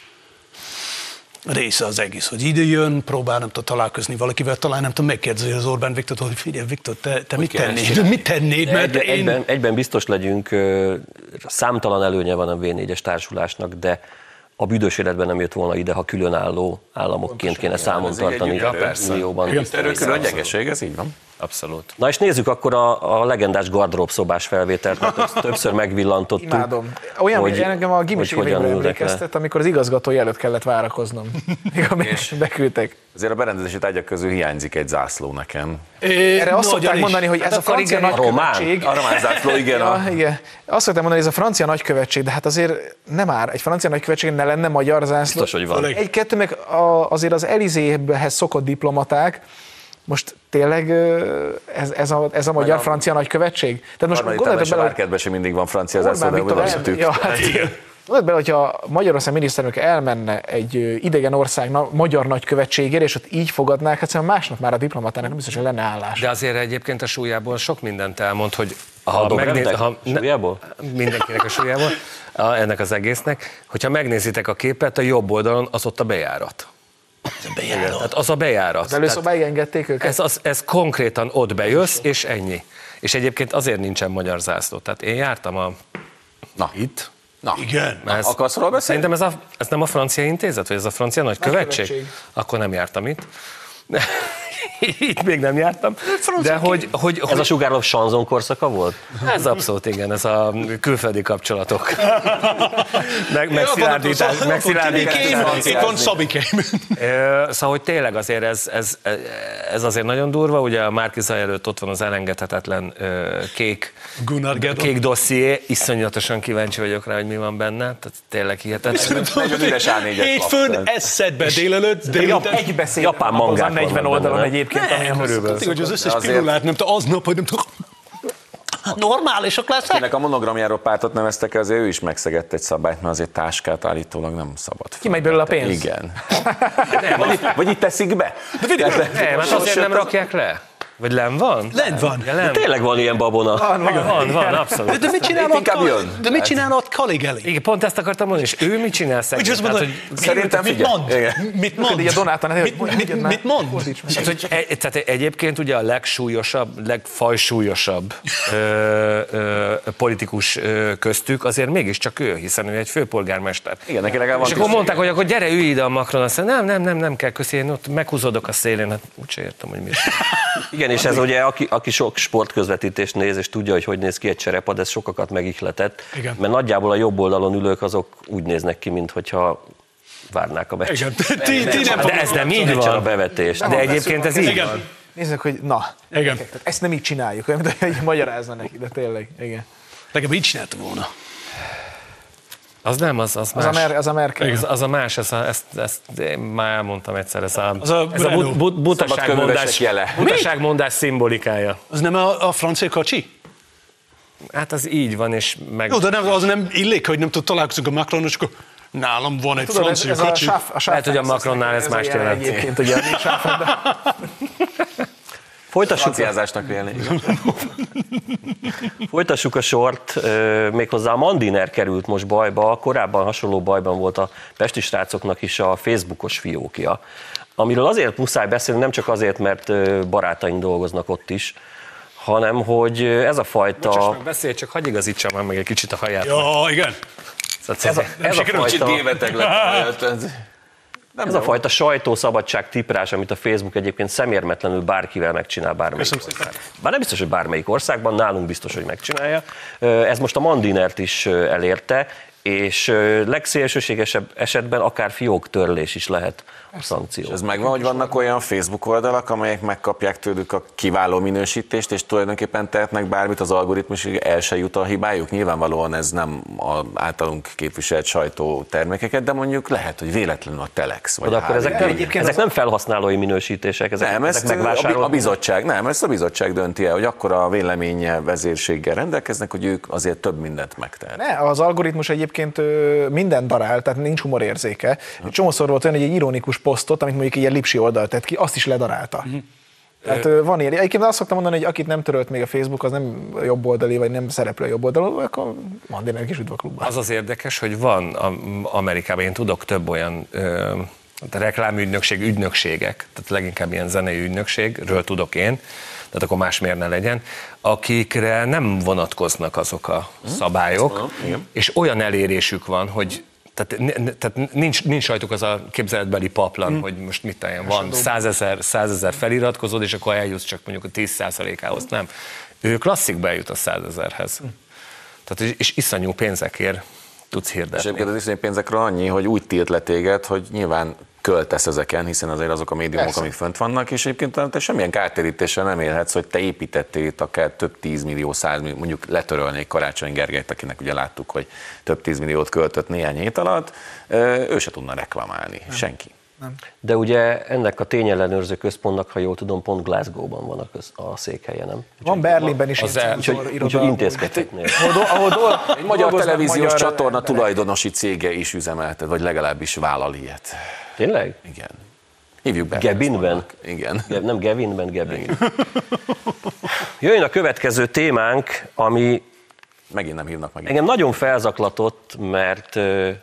része az egész, hogy ide jön, próbál nem tudom találkozni valakivel, talán nem tudom megkérdezi az Orbán Viktort, hogy figyelj Viktor, te, te mit tennéd? Mit tennéd? Mert egy, én... egyben, egyben biztos legyünk, számtalan előnye van a vé négyes társulásnak, de a büdös életben nem jött volna ide, ha különálló államokként kéne számon tartani unióban. Erőkörű gyengeség, ez így van. Abszolút. Na és nézzük akkor a, a legendás gardrób szobás felvételt, mert többször megvillantottuk. Imádom. Olyan, hogy engem a gimis években emlékeztet, amikor az igazgató előtt kellett várakoznom. Még beküldtek. Azért a berendezési tárgyak közül hiányzik egy zászló nekem. É, Erre azt szokták mondani, hogy ez a francia nagykövetség. A román zászló, igen. Ja, igen. Azt szokták mondani, hogy ez a francia nagykövetség, de hát azért nem áll. Egy francia nagykövetség ne lenne magyar zászló. Biztos, hogy van. Egy-kettő meg azért az Elizéhez szokott diplomaták. Most tényleg ez, ez, a, ez a magyar-francia nagykövetség? Tehát most gondoljatok bele, hogy... Orbán sem mindig van francia zászló, de oda vezetük. Gondolj bele, hogyha Magyarország miniszterelnök elmenne egy idegen ország na, magyar nagykövetségére, és ott így fogadnák, hát szóval másnap már a diplomatának nem biztos, hogy lenne állás. De azért egyébként a súlyából sok mindent elmond, hogy ha, ha megnéz, ha súlyából? Mindenkinek a súlyából, a, ennek az egésznek, hogyha megnézitek a képet, a jobb oldalon az ott a bejárat. Ez a bejárat. Tehát az a bejárat. Az előszobáig engedték őket? Ez, az, ez konkrétan ott bejössz, és ennyi. És egyébként azért nincsen magyar zászló. Tehát én jártam a... Na. Itt. Na, igen. Ez, akarsz róla beszélni? Szerintem ez, a, ez nem a francia intézet, vagy ez a francia nagykövetség? Akkor nem jártam itt. Itt még nem jártam. De hogy, hogy, ez a sugárló sanzon korszaka volt? Ez abszolút igen, ez a külföldi kapcsolatok. meg, meg szilárdítás. Meg szilárdítás. Itt van Szabikém. Szóval, hogy tényleg azért ez, ez, ez azért nagyon durva, ugye a Márki-Zay előtt ott van az elengedhetetlen kék, kék dosszié, iszonyatosan kíváncsi vagyok rá, hogy mi van benne, tehát tényleg hihetetlen. Hétfőn eszedbe délelőtt, délelőtt. Egy beszél. Japán mangák negyven oldalon egyébként, amilyen körülbelül. Hogy az összes pirulát, nem tudom, aznap, hogy nem tudom, normálisak lesznek. Ennek a monogramjáról pártot neveztek, azért ő is megszegett egy szabályt, mert azért táskát állítólag nem szabad. Kimegy belőle a pénz? Igen. Nem, vagy, itt, vagy itt teszik be? De figyelj, nem, hát azért nem rakják le. Vagy len van? Lent van. Ja, len. Tényleg van ilyen babona. Van, van, van, van abszolút. De, de mit csinál ott, Kal- de mit csinál ott Caligari? Igen, pont ezt akartam mondani, és ő mit csinál szegény? Úgy mondod, hogy szerintem mit mond? Mit mond? Mit mond? Mit, mit mond? Hát, hogy e, tehát egyébként ugye a legsúlyosabb, legfajsúlyosabb ö, ö, politikus ö, köztük azért mégiscsak ő, hiszen ő egy főpolgármester. Igen, neki legalább van. És akkor mondták, hogy akkor gyere, ülj ide a Macron, azt mondja, nem, nem, nem, nem kell, köszi, én ott meghúzódok a szélén, hát úgyse értem, hogy mi. Igen, és ez ugye, aki, aki sok sportközvetítést néz, és tudja, hogy hogy néz ki egy cserepad, ez sokakat megihletett. Igen. Mert nagyjából a jobb oldalon ülők azok úgy néznek ki, mintha várnák a meccset. De ez nem így van. A bevetést. De egyébként ez így van. Nézzük, hogy na, igen. Ezt nem így csináljuk, olyan, hogy magyarázna neki, de tényleg, igen. Legalább így csinálta volna. Az nem, az, az, az más. A mer, az a Merkel. Az, az a más, ez a, ezt, ezt én már elmondtam egyszer, ez a, az a, ez a but, but, butaságmondás, butaságmondás szimbolikája. Az nem a, a francia kacsi? Hát az így van, és meg... Jó, de nem, az nem illik, hogy nem tud találkozunk a Macron, és akkor nálam van egy Tudod, francia ez, ez kacsi. A sáf, a sáf lehet, hogy a Macronnál ez, ez más jelent. Egyébként ugye a sáfon, de... Folytassuk a... Folytassuk a sort, méghozzá a Mandiner került most bajba, korábban hasonló bajban volt a pesti srácoknak is a Facebookos fiókja, amiről azért muszáj beszélni, nem csak azért, mert barátaink dolgoznak ott is, hanem hogy ez a fajta... Bocsáss meg, beszélj, csak hagyj igazítsam már meg egy kicsit a haját. Ja, igen. Ez a, ez a fajta... Nem ez a fajta sajtószabadság tiprás, amit a Facebook egyébként szemérmetlenül bárkivel megcsinál bármelyik országban. Bár nem biztos, hogy bármelyik országban, nálunk biztos, hogy megcsinálja. Ez most a Mandinert is elérte, és legszélsőségesebb esetben akár fióktörlés is lehet a szankció. És ez megvan, hogy vannak olyan Facebook oldalak, amelyek megkapják tőlük a kiváló minősítést, és tulajdonképpen tehetnek bármit az algoritmusig, el se jut a hibájuk. Nyilvánvalóan ez nem az általunk képviselt sajtótermékeket, de mondjuk lehet, hogy véletlenül a Telex. Vagy de akkor ezek, nem, ezek az... nem felhasználói minősítések, ezek, nem, ezek ezt megvásárolt. A bizottság, nem, ezt a bizottság dönti el, hogy akkora véleménye, vezérséggel rendelkeznek, hogy ők azért több mindent megtehetnek. Ne, az algoritmus egyébként minden darál, tehát nincs humorérzéke. Csomószor volt olyan, hogy egy ironikus posztot, amit mondjuk egy lipsi oldal tett ki, azt is ledarálta. Uh-huh. Tehát Ö... van ilyen. Egyébként azt szoktam mondani, hogy akit nem törölt még a Facebook, az nem jobboldali, vagy nem szereplő a jobboldalon, akkor Mandinek is üdv a klubban. Az az érdekes, hogy van Amerikában, én tudok több olyan ö, reklámügynökség, ügynökségek, tehát leginkább ilyen zenei ügynökségről tudok én, tehát akkor más miért ne legyen, akikre nem vonatkoznak azok a szabályok, hmm. és olyan elérésük van, hogy tehát, tehát nincs, nincs rajtuk az a képzeletbeli paplan, hmm. hogy most mit talán van százezer, százezer feliratkozód, és akkor eljutsz csak mondjuk a tíz százalékához, nem. Ő klasszikba eljut a százezerhez. Hmm. Tehát, és iszonyú pénzekért tudsz hirdetni. És egyébként az iszonyú pénzekről annyi, hogy úgy tilt le téged, hogy nyilván költesz ezeken, hiszen azért azok a médiumok, Persze. amik fönt vannak, és egyébként te semmilyen kártérítéssel nem élhetsz, hogy te építettél itt akár több tízmillió, százmillió, mondjuk letörölnék Karácsony Gergelyt, akinek ugye láttuk, hogy több tízmilliót költött néhány hét alatt, ő se tudna reklamálni, nem. senki. Nem. De ugye ennek a tényellenőrző központnak, ha jól tudom, pont Glasgow-ban van a, köz, a székhelye, nem? Van Berlinben is. Úgyhogy intézkedhetnél. Egy magyar televíziós magyar... csatorna tulajdonosi cége is üzemeltet, vagy legalábbis vállal ilyet. Tényleg? Igen. Hívjuk be. Gebinben? Igen. Ge- nem Gevinben, Gebin. Jöjjön a következő témánk, ami megint nem hívnak meg. Engem nagyon felzaklatott, mert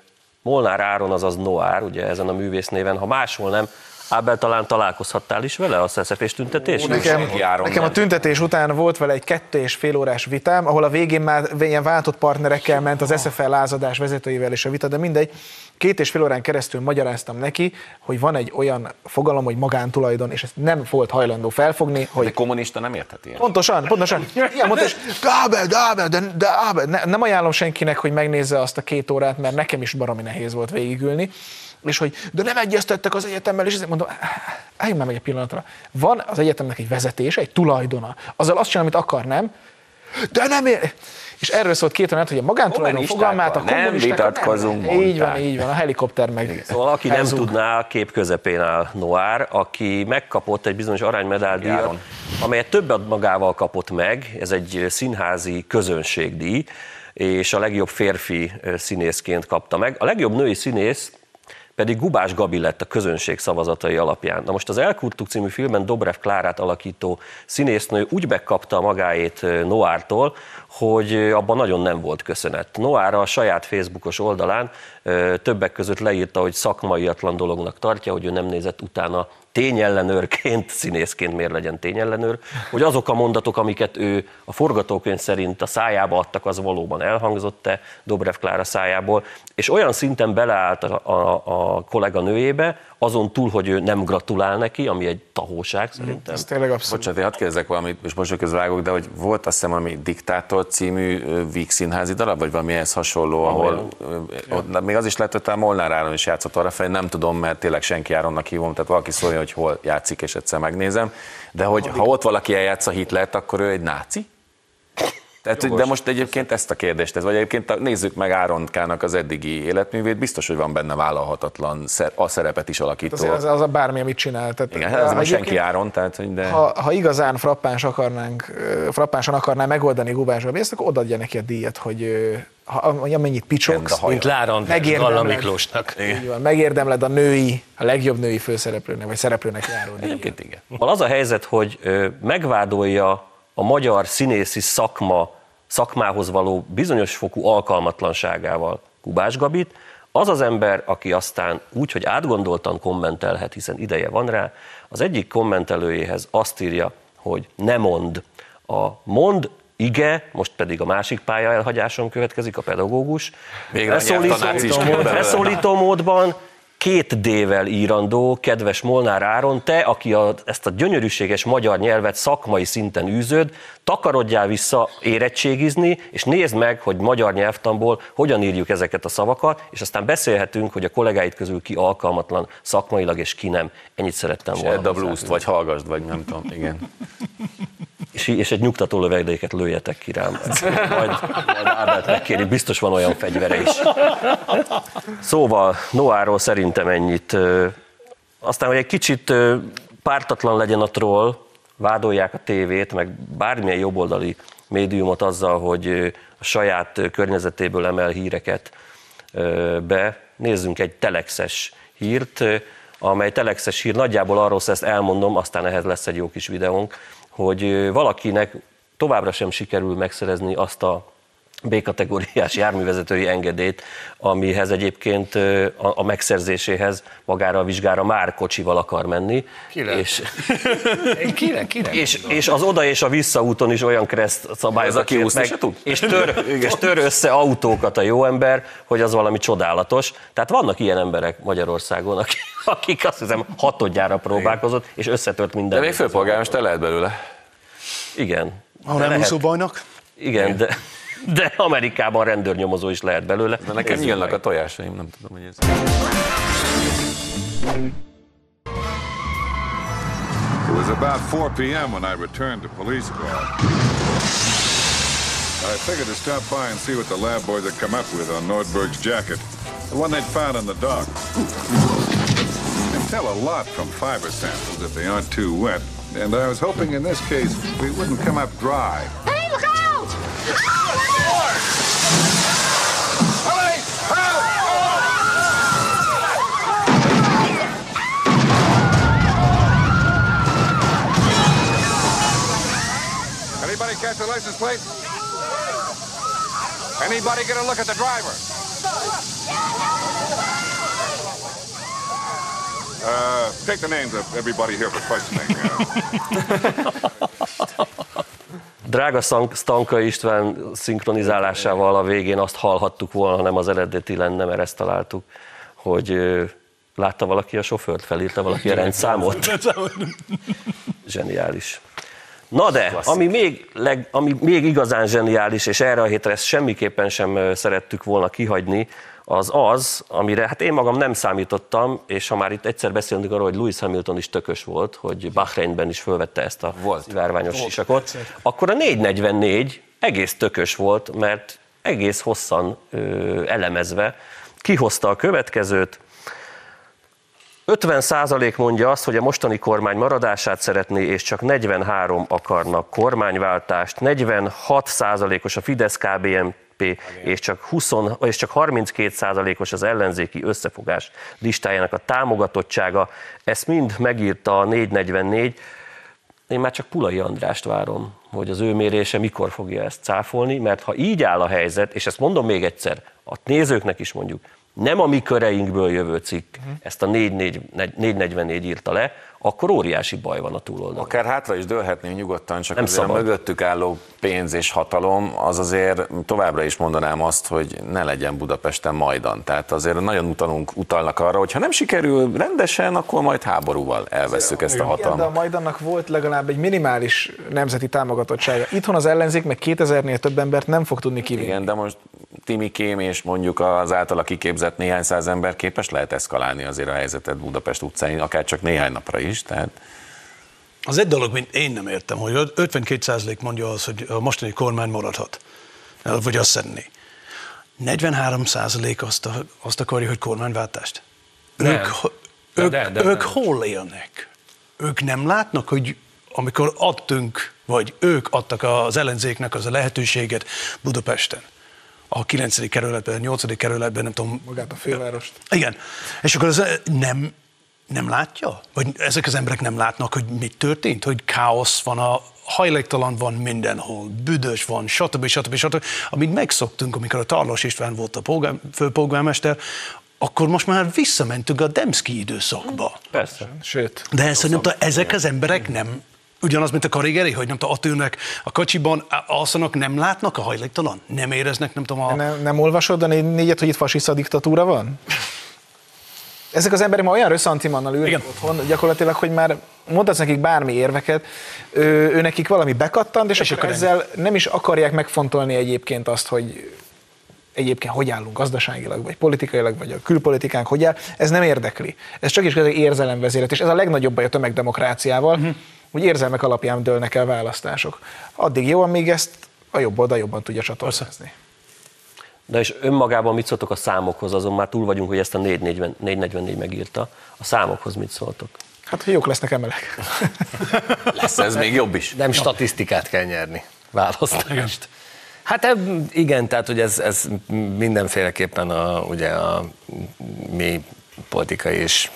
Molnár Áron, azaz Noár, ugye ezen a művésznéven, ha máshol nem, Ábel, talán találkozhattál is vele a szeszepés tüntetés? Nekem, nekem a tüntetés után volt vele egy kettő és fél órás vitám, ahol a végén már ilyen váltott partnerekkel ment az es ef el lázadás vezetőivel is a vita, de mindegy. Két és fél órán keresztül magyaráztam neki, hogy van egy olyan fogalom, hogy magántulajdon, és ezt nem volt hajlandó felfogni, hogy... De kommunista nem értheti ilyen. Pontosan, pontosan. Ilyen mondta, és Ábel, de Ábel, de, de Ábel. Ne, nem ajánlom senkinek, hogy megnézze azt a két órát, mert nekem is baromi nehéz volt végigülni. És hogy, de nem egyeztettek az egyetemmel, és mondom, álljunk már meg egy pillanatra. Van az egyetemnek egy vezetése, egy tulajdona. Azzal azt csinál, amit akar, nem? De nem ér... És erről szólt két órát, hogy a magántulajdon fogalmát a nem vitatkozunk. Nem. Így van, így van, a helikopter meg. Szóval aki nem tudná, a kép közepén áll Noár, aki megkapott egy bizonyos aranymedál-díjat, amelyet többet magával kapott meg, ez egy színházi közönségdíj, és a legjobb férfi színészként kapta meg. A legjobb női színész pedig Gubás Gabi lett a közönség szavazatai alapján. Na most az Elkurtuk című filmben Dobrev Klárát alakító színésznő úgy megkapta magáét Noártól, hogy abban nagyon nem volt köszönet. Noár a saját Facebookos oldalán többek között leírta, hogy szakmaiatlan dolognak tartja, hogy ő nem nézett utána tényellenőrként, színészként miért legyen tényellenőr, hogy azok a mondatok, amiket ő a forgatókönyv szerint a szájába adtak, az valóban elhangzott-e Dobrev Klára szájából, és olyan szinten beleállt a, a, a kollega nőjébe, azon túl, hogy ő nem gratulál neki, ami egy tahóság szerintem. Ez tényleg abszolút. Bocsánat, én hadd kérdezzek valamit, és most közvágok, de hogy volt azt hiszem, ami Diktátor című Víg színházi darab, vagy valami ehhez hasonló, ahol ott, még az is lehet, hogy talán Molnár Áron is játszott arra fel, nem tudom, mert tényleg senki Áronnak hívom, tehát valaki szólja, hogy hol játszik, és egyszer megnézem, de hogy ha ott valaki eljátsza Hitlert, akkor ő egy náci? Tehát, de most egyébként ezt a kérdést, ez, vagy egyébként nézzük meg Áronkának az eddigi életművét, biztos, hogy van benne vállalhatatlan a szerepet is alakító. Az, az, az a bármi, amit csinál. Tehát, igen, ez most senki Áron, tehát, hogy de... Ha, ha igazán frappáns akarnánk, frappánsan akarná megoldani Gubás Gabi, ezt akkor odaadja neki a díjat, hogy ha amennyit picsogsz, mint Láron, Galla Miklósnak. Megérdemled a női, a legjobb női főszereplőnek, vagy szereplőnek járó. Egyébként igen. Az a helyzet, hogy megvádolja a magyar színészi szakma, szakmához való bizonyos fokú alkalmatlanságával Gubás Gabit, az az ember, aki aztán úgy, hogy átgondoltan kommentelhet, hiszen ideje van rá, az egyik kommentelőjéhez azt írja, hogy ne mond. A mond, ige, most pedig a másik pálya elhagyáson következik, a pedagógus. Felszólító, felszólító módban két D-vel írandó, kedves Molnár Áron, te, aki a, ezt a gyönyörűséges magyar nyelvet szakmai szinten űzöd, takarodjál vissza érettségizni, és nézd meg, hogy magyar nyelvtanból hogyan írjuk ezeket a szavakat, és aztán beszélhetünk, hogy a kollégáid közül ki alkalmatlan szakmailag, és ki nem. Ennyit szerettem volna. Edd a blues-t, vagy hallgasd, vagy nem tudom, igen. És, és egy nyugtató lövedéket lőjetek ki rám. Majd, majd Ábelt megkéri, biztos van olyan fegyvere is. Szóval Noáról szerintem ennyit. Aztán, hogy egy kicsit pártatlan legyen a troll, vádolják a tévét, meg bármilyen jobboldali médiumot azzal, hogy a saját környezetéből emel híreket be. Nézzünk egy telexes hírt, amely telexes hír nagyjából arról szól, ezt elmondom, aztán ehhez lesz egy jó kis videónk, hogy valakinek továbbra sem sikerül megszerezni azt a B-kategóriás járművezetői engedélyt, amihez egyébként a, a megszerzéséhez magára a vizsgára már kocsival akar menni. Kire? És, kire? Kire? És, és az oda és a visszaúton is olyan kereszt szabályozat sért meg, és tör, és tör össze autókat a jó ember, hogy az valami csodálatos. Tehát vannak ilyen emberek Magyarországon, akik azt hiszem hatodjára próbálkozott, és összetört minden. De még főpolgármester lehet belőle. Igen. Ha nem úszóbajnok? Igen, de... De Amerikában rendőrnyomozó is lehet belőle. De nekem nyílnak a tojásaim, nem tudom, hogy ez... It was about four p m when I returned to police call. I figured to stop by and see what the lab boys had come up with on Nordberg's jacket, the one they'd found in the dock. You can tell a lot from fiber samples if they aren't too wet, and I was hoping in this case we wouldn't come up dry. Hey, look out! Anybody catch the license plate? Anybody get a look at the driver? Uh, take the names of everybody here for questioning. Drága Stanka István szinkronizálásával a végén azt hallhattuk volna, ha nem az eredeti lenne, mert ezt találtuk, hogy látta valaki a sofőrt, felírta valaki a rendszámot. Zseniális. Na de, ami még, leg, ami még igazán zseniális, és erre a hétre ezt semmiképpen sem szerettük volna kihagyni, az az, amire hát én magam nem számítottam, és ha már itt egyszer beszélünk arról, hogy Lewis Hamilton is tökös volt, hogy Bahreinben is fölvette ezt a szivárványos sisakot, akkor a négyszáznegyvennégy egész tökös volt, mert egész hosszan ö, elemezve kihozta a következőt. ötven százalék mondja azt, hogy a mostani kormány maradását szeretné, és csak negyvenhárom akarnak kormányváltást, negyvenhat százalékos a Fidesz-ká bé en pé, és csak, húsz, és csak harminckét százalékos az ellenzéki összefogás listájának a támogatottsága. Ezt mind megírta a négyszáznegyvennégy. Én már csak Pulai Andrást várom, hogy az ő mérése mikor fogja ezt cáfolni, mert ha így áll a helyzet, és ezt mondom még egyszer, a nézőknek is mondjuk, nem a mi köreinkből jövő cikk, uh-huh. ezt a négyszáznegyvennégy írta le, akkor óriási baj van a túloldalon. Akár hátra is dőlhetnénk nyugodtan, csak nem azért szabad. A mögöttük álló pénz és hatalom, az azért továbbra is mondanám azt, hogy ne legyen Budapesten Majdan. Tehát azért nagyon utalunk, utalnak arra, hogy ha nem sikerül rendesen, akkor majd háborúval elvesszük ezt a hatalmat. Igen, de a Majdannak volt legalább egy minimális nemzeti támogatottsága. Itthon az ellenzék meg kétezernél több embert nem fog tudni kivinni. Igen, de most Timikém és mondjuk az általa kiképzett néhány száz ember képes lehet eszkalálni azért a helyzetet Budapest utcáin, akár csak néhány napra is. Tehát... Az egy dolog, mint én nem értem, hogy ötvenkét százalék mondja az, hogy a mostani kormány maradhat, vagy azt szeretné. negyvenhárom százalék azt, a, azt akarja, hogy kormányváltást. Nem. Ők, de, ők, de, de, ők de, hol élnek? Ők nem látnak, hogy amikor adtunk, vagy ők adtak az ellenzéknek az a lehetőséget Budapesten, a kilencedik kerületben, nyolcadik kerületben, nem tudom. Magát a fővárost. Igen. És akkor az nem, nem látja? Vagy ezek az emberek nem látnak, hogy mit történt? Hogy káosz van, a hajléktalan van mindenhol, büdös van, stb. stb. stb. Amit megszoktunk, amikor a Tarlós István volt a polgár, főpolgármester, akkor most már visszamentünk a Demszky időszakba. Persze. Sőt. De ezt, hogy nem tudom, ezek az emberek nem... Ugyanaz, mint a karigeri, hogy nem tudom, ott ülnek a kocsiban, alszanak, nem látnak a hajléktalan? Nem éreznek, nem tudom a... Nem, nem olvasod a négyet, hogy itt fasiszta diktatúra van? Ezek az emberek ma olyan rösszantimannal ülnek otthon, gyakorlatilag, hogy már mondhatsz nekik bármi érveket, ő, ő nekik valami bekattant, és, és akkor ezzel nem is akarják megfontolni egyébként azt, hogy egyébként hogy állunk gazdaságilag, vagy politikailag, vagy a külpolitikánk hogy áll, ez nem érdekli. Ez csak is érzelemvezéret, és ez a legnagyobb baj a tömegdemokráciával, uh-huh. hogy érzelmek alapján dőlnek el választások. Addig jó, amíg ezt a jobb oldal jobban tudja csatornázni. De és önmagában mit szóltok a számokhoz? Azon már túl vagyunk, hogy ezt a négy negyvennégy megírta. A számokhoz mit szóltok? Hát, hogy jók lesznek emelek. Lesz ez még jobb is. Nem statisztikát kell nyerni, választást. Hát igen, tehát hogy ez, ez mindenféleképpen a, ugye a mi politikai és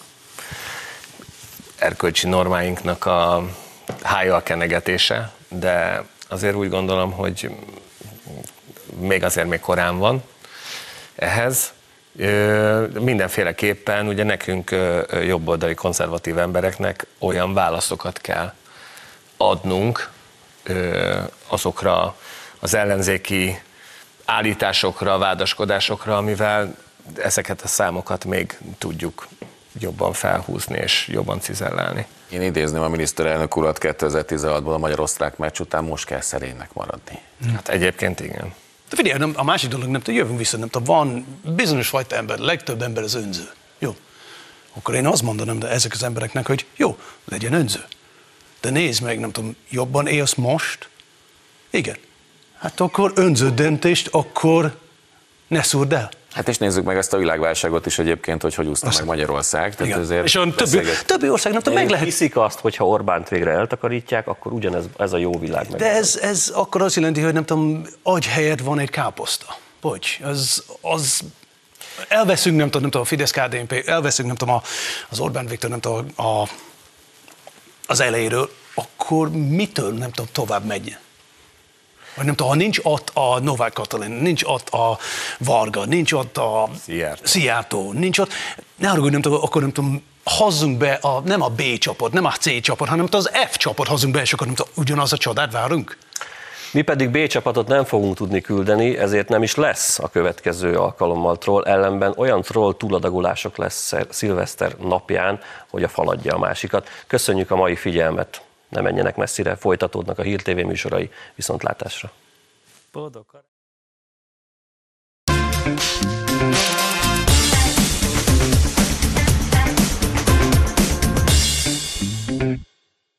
erkölcsi normáinknak a hájjal kenegetése, de azért úgy gondolom, hogy még azért még korán van ehhez. Mindenféleképpen ugye nekünk jobboldali konzervatív embereknek olyan válaszokat kell adnunk azokra az ellenzéki állításokra, vádaskodásokra, amivel ezeket a számokat még tudjuk jobban felhúzni és jobban cizellálni. Én idézném a miniszterelnök urat kétezer-tizenhatból a magyar-osztrák meccs után, most kell szerénynek maradni. Hát egyébként igen. De figyelj, nem, a másik dolog, nem tudom, jövünk vissza, nem tudom, van bizonyos fajta ember, legtöbb ember az önző. Jó. Akkor én azt mondanám, de ezek az embereknek, hogy jó, legyen önző. De nézd meg, nem tudom, jobban élsz most? Igen. Hát akkor önző döntést, akkor ne szúrd el. Hát és nézzük meg ezt a világválságot is egyébként, hogy hogy úszta meg Magyarország. Tehát azért és a többi, többi ország, nem tudom, meg lehet. Hiszik azt, hogy ha Orbánt végre eltakarítják, akkor ugyanez ez a jó világ meg. De ez, ez akkor azt jelenti, hogy nem tudom, agy helyett van egy káposzta. Bocs, az, az elveszünk, nem tudom, nem tudom, a Fidesz-ká dé en pé, elveszünk, nem tudom, az Orbán Viktor, nem tudom, a, az elejéről, akkor mitől, nem tudom, tovább megy? Vagy nem tudom, ha nincs ott a Novák Katalin, nincs ott a Varga, nincs ott a Szijjártó, nincs ott, ne haragudj, nem tudom, akkor nem tudom, hozzunk be a, nem a B csapat, nem a C csapat, hanem az F csapat hozzunk be, és akkor nem tudom, ugyanaz a csodát várunk. Mi pedig B csapatot nem fogunk tudni küldeni, ezért nem is lesz a következő alkalommal troll, ellenben olyan troll túladagolások lesz szilveszter napján, hogy a faladja a másikat. Köszönjük a mai figyelmet! Ne menjenek messzire, folytatódnak a Hír té vé műsorai, viszontlátásra. Boldog